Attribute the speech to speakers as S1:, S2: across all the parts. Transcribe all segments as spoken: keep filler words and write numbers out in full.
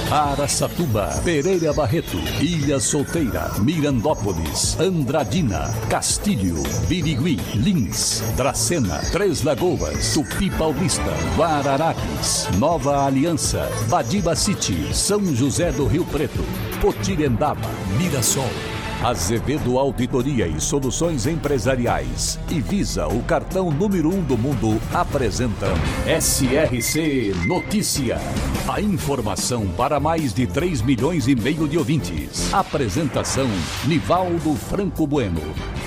S1: Araçatuba, Pereira Barreto, Ilha Solteira, Mirandópolis, Andradina, Castilho, Birigui, Lins, Dracena, Três Lagoas, Tupi Paulista, Guararapes, Nova Aliança, Badiba City, São José do Rio Preto, Potirendaba, Mirassol. Azevedo Auditoria e Soluções Empresariais e Visa, o cartão número um do mundo, apresentam S R C Notícia. A informação para mais de três milhões e meio de ouvintes. Apresentação, Nivaldo Franco Bueno.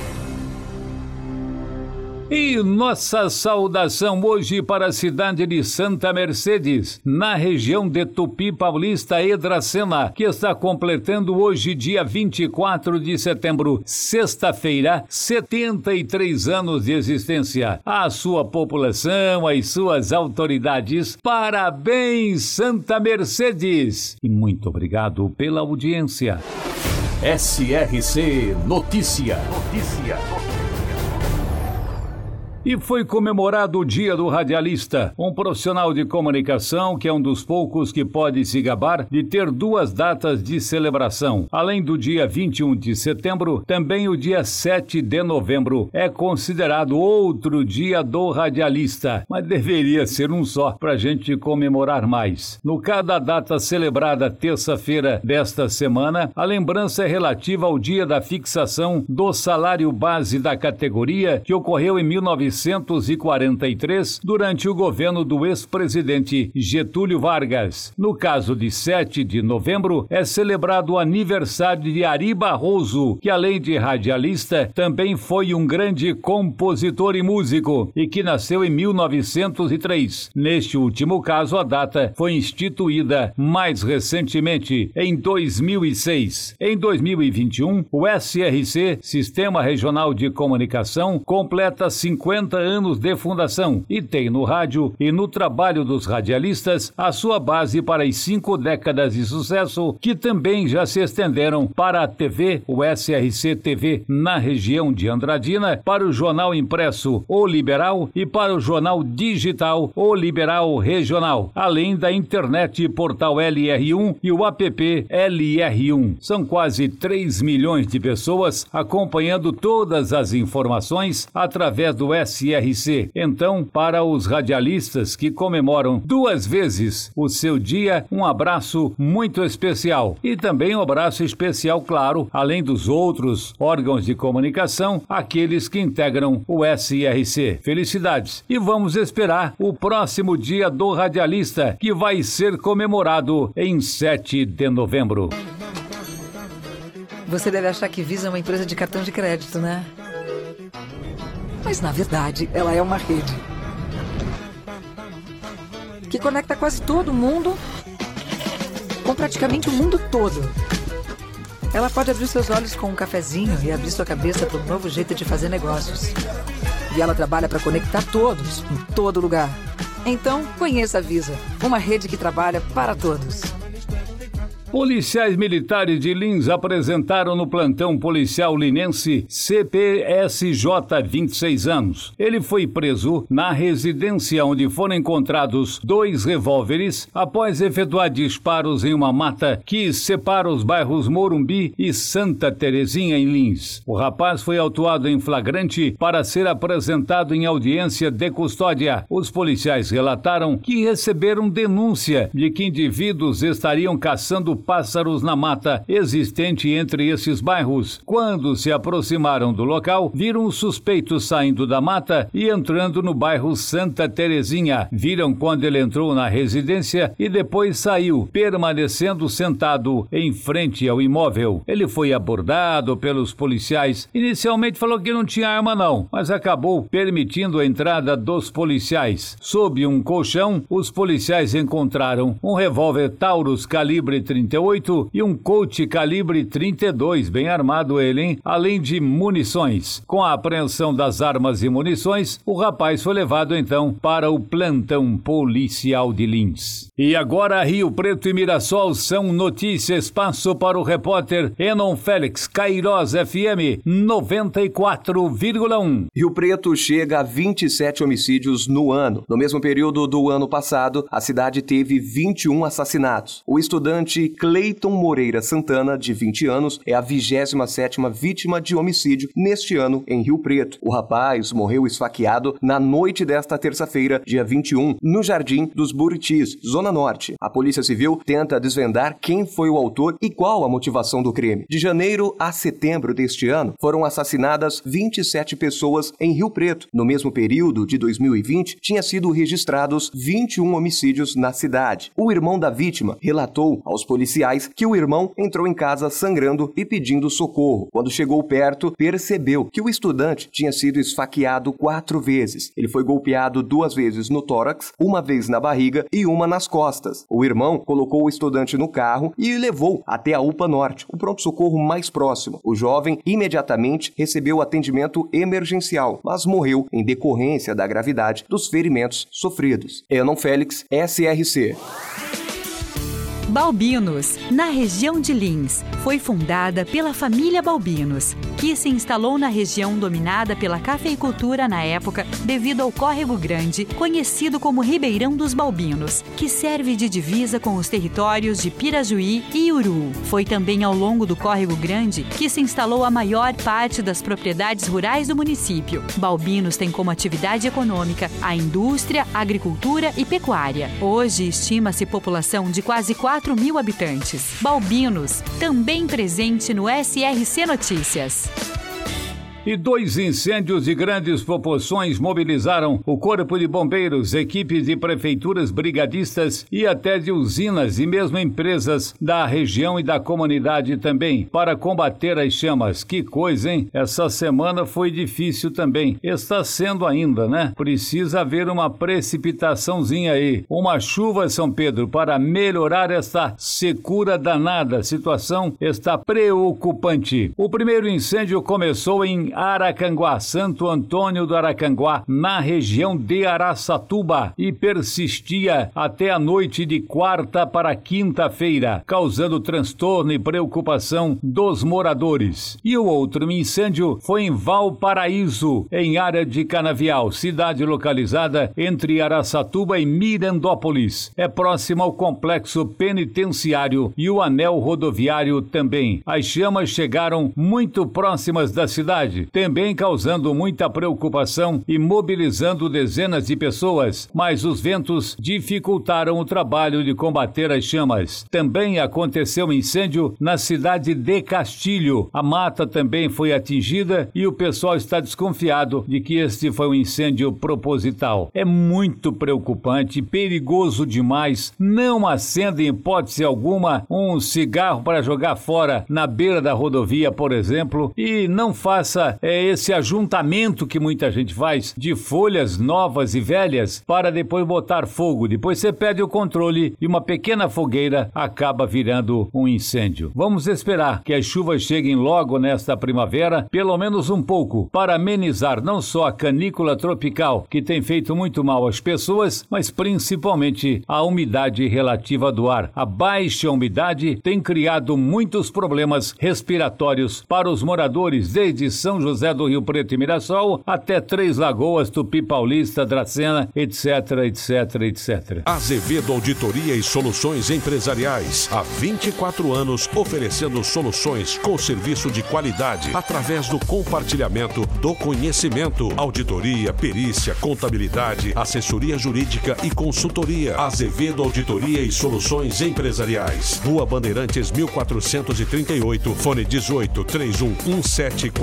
S2: E nossa saudação hoje para a cidade de Santa Mercedes, na região de Tupi Paulista e Dracena, que está completando hoje, dia vinte e quatro de setembro, sexta-feira, setenta e três anos de existência. A sua população, as suas autoridades, parabéns, Santa Mercedes! E muito obrigado pela audiência.
S1: S R C Notícia. Notícia.
S2: E foi comemorado o Dia do Radialista, um profissional de comunicação que é um dos poucos que pode se gabar de ter duas datas de celebração. Além do dia vinte e um de setembro, também o dia sete de novembro é considerado outro Dia do Radialista, mas deveria ser um só para a gente comemorar mais. No cada data celebrada terça-feira desta semana, a lembrança é relativa ao dia da fixação do salário base da categoria, que ocorreu em mil novecentos e quarenta e três, durante o governo do ex-presidente Getúlio Vargas. No caso de sete de novembro, é celebrado o aniversário de Ari Barroso, que além de radialista, também foi um grande compositor e músico, e que nasceu em mil novecentos e três. Neste último caso, a data foi instituída mais recentemente, em dois mil e seis. Em dois mil e vinte e um, o S R C, Sistema Regional de Comunicação, completa cinquenta anos de fundação e tem no rádio e no trabalho dos radialistas a sua base para as cinco décadas de sucesso, que também já se estenderam para a T V, o S R C T V na região de Andradina, para o jornal impresso O Liberal e para o jornal digital O Liberal Regional, além da internet portal L R um e o app L R um. São quase três milhões de pessoas acompanhando todas as informações através do S R C. Então, para os radialistas que comemoram duas vezes o seu dia, um abraço muito especial. E também um abraço especial, claro, além dos outros órgãos de comunicação, aqueles que integram o S R C. Felicidades! E vamos esperar o próximo Dia do Radialista, que vai ser comemorado em sete de novembro.
S3: Você deve achar que Visa é uma empresa de cartão de crédito, né? Mas, na verdade, ela é uma rede que conecta quase todo mundo com praticamente o mundo todo. Ela pode abrir seus olhos com um cafezinho e abrir sua cabeça para um novo jeito de fazer negócios. E ela trabalha para conectar todos, em todo lugar. Então, conheça a Visa, uma rede que trabalha para todos.
S2: Policiais militares de Lins apresentaram no plantão policial linense C P S J, vinte e seis anos. Ele foi preso na residência onde foram encontrados dois revólveres após efetuar disparos em uma mata que separa os bairros Morumbi e Santa Terezinha, em Lins. O rapaz foi autuado em flagrante para ser apresentado em audiência de custódia. Os policiais relataram que receberam denúncia de que indivíduos estariam caçando pássaros na mata existente entre esses bairros. Quando se aproximaram do local, viram o suspeito saindo da mata e entrando no bairro Santa Terezinha. Viram quando ele entrou na residência e depois saiu, permanecendo sentado em frente ao imóvel. Ele foi abordado pelos policiais. Inicialmente falou que não tinha arma não, mas acabou permitindo a entrada dos policiais. Sob um colchão, os policiais encontraram um revólver Taurus calibre trinta trinta e oito e um Colt calibre trinta e dois, bem armado ele, hein? Além de munições. Com a apreensão das armas e munições, o rapaz foi levado então para o plantão policial de Lins. E agora Rio Preto e Mirassol são notícias. Passo para o repórter Enon Félix, Cairós F M noventa e quatro vírgula um.
S4: Rio Preto chega a vinte e sete homicídios no ano. No mesmo período do ano passado, a cidade teve vinte e um assassinatos. O estudante Cleiton Moreira Santana, de vinte anos, é a vigésima sétima vítima de homicídio neste ano em Rio Preto. O rapaz morreu esfaqueado na noite desta terça-feira, dia vinte e um, no Jardim dos Buritis, Zona Norte. A Polícia Civil tenta desvendar quem foi o autor e qual a motivação do crime. De janeiro a setembro deste ano, foram assassinadas vinte e sete pessoas em Rio Preto. No mesmo período de dois mil e vinte, tinha sido registrados vinte e um homicídios na cidade. O irmão da vítima relatou aos policiais que o irmão entrou em casa sangrando e pedindo socorro. Quando chegou perto, percebeu que o estudante tinha sido esfaqueado quatro vezes. Ele foi golpeado duas vezes no tórax, uma vez na barriga e uma nas costas. O irmão colocou o estudante no carro e o levou até a U P A Norte, o pronto-socorro mais próximo. O jovem imediatamente recebeu atendimento emergencial, mas morreu em decorrência da gravidade dos ferimentos sofridos. Enon Félix, S R C.
S5: Balbinos, na região de Lins, foi fundada pela família Balbinos, que se instalou na região dominada pela cafeicultura na época devido ao Córrego Grande, conhecido como Ribeirão dos Balbinos, que serve de divisa com os territórios de Pirajuí e Uru. Foi também ao longo do Córrego Grande que se instalou a maior parte das propriedades rurais do município. Balbinos tem como atividade econômica a indústria, agricultura e pecuária. Hoje estima-se população de quase quatro mil habitantes. Balbinos, também presente no S R C Notícias.
S2: E dois incêndios de grandes proporções mobilizaram o Corpo de Bombeiros, equipes de prefeituras, brigadistas e até de usinas e mesmo empresas da região e da comunidade também, para combater as chamas. Que coisa, hein? Essa semana foi difícil também. Está sendo ainda, né? Precisa haver uma precipitaçãozinha aí, uma chuva, São Pedro, para melhorar esta secura danada. A situação está preocupante. O primeiro incêndio começou em Aracanguá, Santo Antônio do Aracanguá, na região de Araçatuba, e persistia até a noite de quarta para quinta-feira, causando transtorno e preocupação dos moradores. E o outro incêndio foi em Valparaíso, em área de Canavial, cidade localizada entre Araçatuba e Mirandópolis. É próximo ao complexo penitenciário e o anel rodoviário também. As chamas chegaram muito próximas da cidade, também causando muita preocupação e mobilizando dezenas de pessoas, mas os ventos dificultaram o trabalho de combater as chamas. Também aconteceu um incêndio na cidade de Castilho. A mata também foi atingida e o pessoal está desconfiado de que este foi um incêndio proposital. É muito preocupante, perigoso demais. Não acenda em hipótese alguma um cigarro para jogar fora na beira da rodovia, por exemplo, e não faça é, esse ajuntamento que muita gente faz de folhas novas e velhas para depois botar fogo. Depois você perde o controle e uma pequena fogueira acaba virando um incêndio. Vamos esperar que as chuvas cheguem logo nesta primavera, pelo menos um pouco, para amenizar não só a canícula tropical, que tem feito muito mal às pessoas, mas principalmente a umidade relativa do ar. A baixa umidade tem criado muitos problemas respiratórios para os moradores, desde São José do Rio Preto e Mirassol até Três Lagoas, Tupi Paulista, Dracena, etc, etc, etcétera.
S6: Azevedo Auditoria e Soluções Empresariais. Há vinte e quatro anos oferecendo soluções com serviço de qualidade através do compartilhamento do conhecimento. Auditoria, perícia, contabilidade, assessoria jurídica e consultoria. Azevedo Auditoria e Soluções Empresariais. Rua Bandeirantes mil quatrocentos e trinta e oito, fone dezoito, trinta e um, dezessete, quarenta e cinco.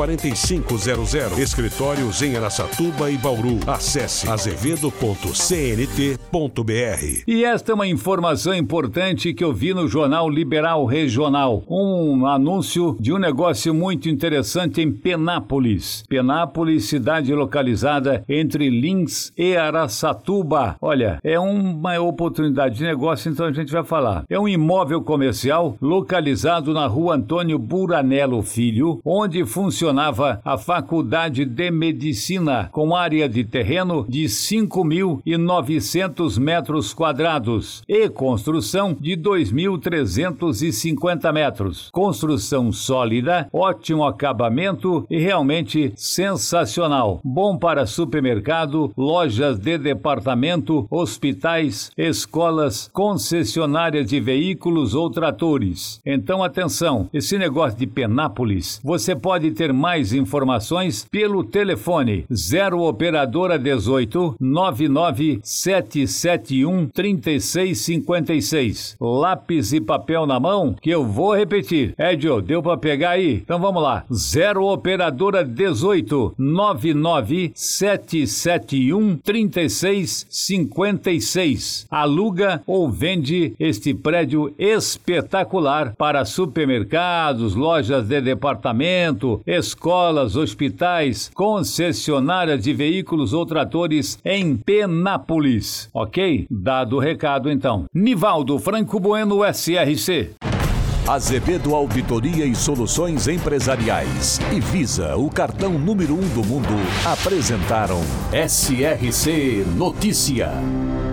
S6: cinco zero zero. Escritórios em Araçatuba e Bauru. Acesse azevedo ponto c n t ponto b r.
S2: E esta é uma informação importante que eu vi no Jornal Liberal Regional. Um anúncio de um negócio muito interessante em Penápolis. Penápolis, cidade localizada entre Lins e Araçatuba. Olha, é uma oportunidade de negócio, então a gente vai falar. É um imóvel comercial localizado na rua Antônio Buranello Filho, onde funcionava a Faculdade de Medicina, com área de terreno de cinco mil e novecentos metros quadrados e construção de dois mil trezentos e cinquenta metros. Construção sólida, ótimo acabamento e realmente sensacional. Bom para supermercado, lojas de departamento, hospitais, escolas, concessionárias de veículos ou tratores. Então atenção, esse negócio de Penápolis, você pode ter mais informações pelo telefone zero operadora dezoito, nove nove sete sete um, três seis cinco seis. Lápis e papel na mão, que eu vou repetir. Edio, deu para pegar aí? Então vamos lá. zero operadora dezoito, nove nove sete sete um, três seis cinco seis. Aluga ou vende este prédio espetacular para supermercados, lojas de departamento, escolas, hospitais, concessionárias de veículos ou tratores em Penápolis. Ok? Dado o recado então. Nivaldo Franco Bueno, S R C.
S1: Azevedo Auditoria e Soluções Empresariais e Visa, o cartão número um do mundo, apresentaram S R C Notícia.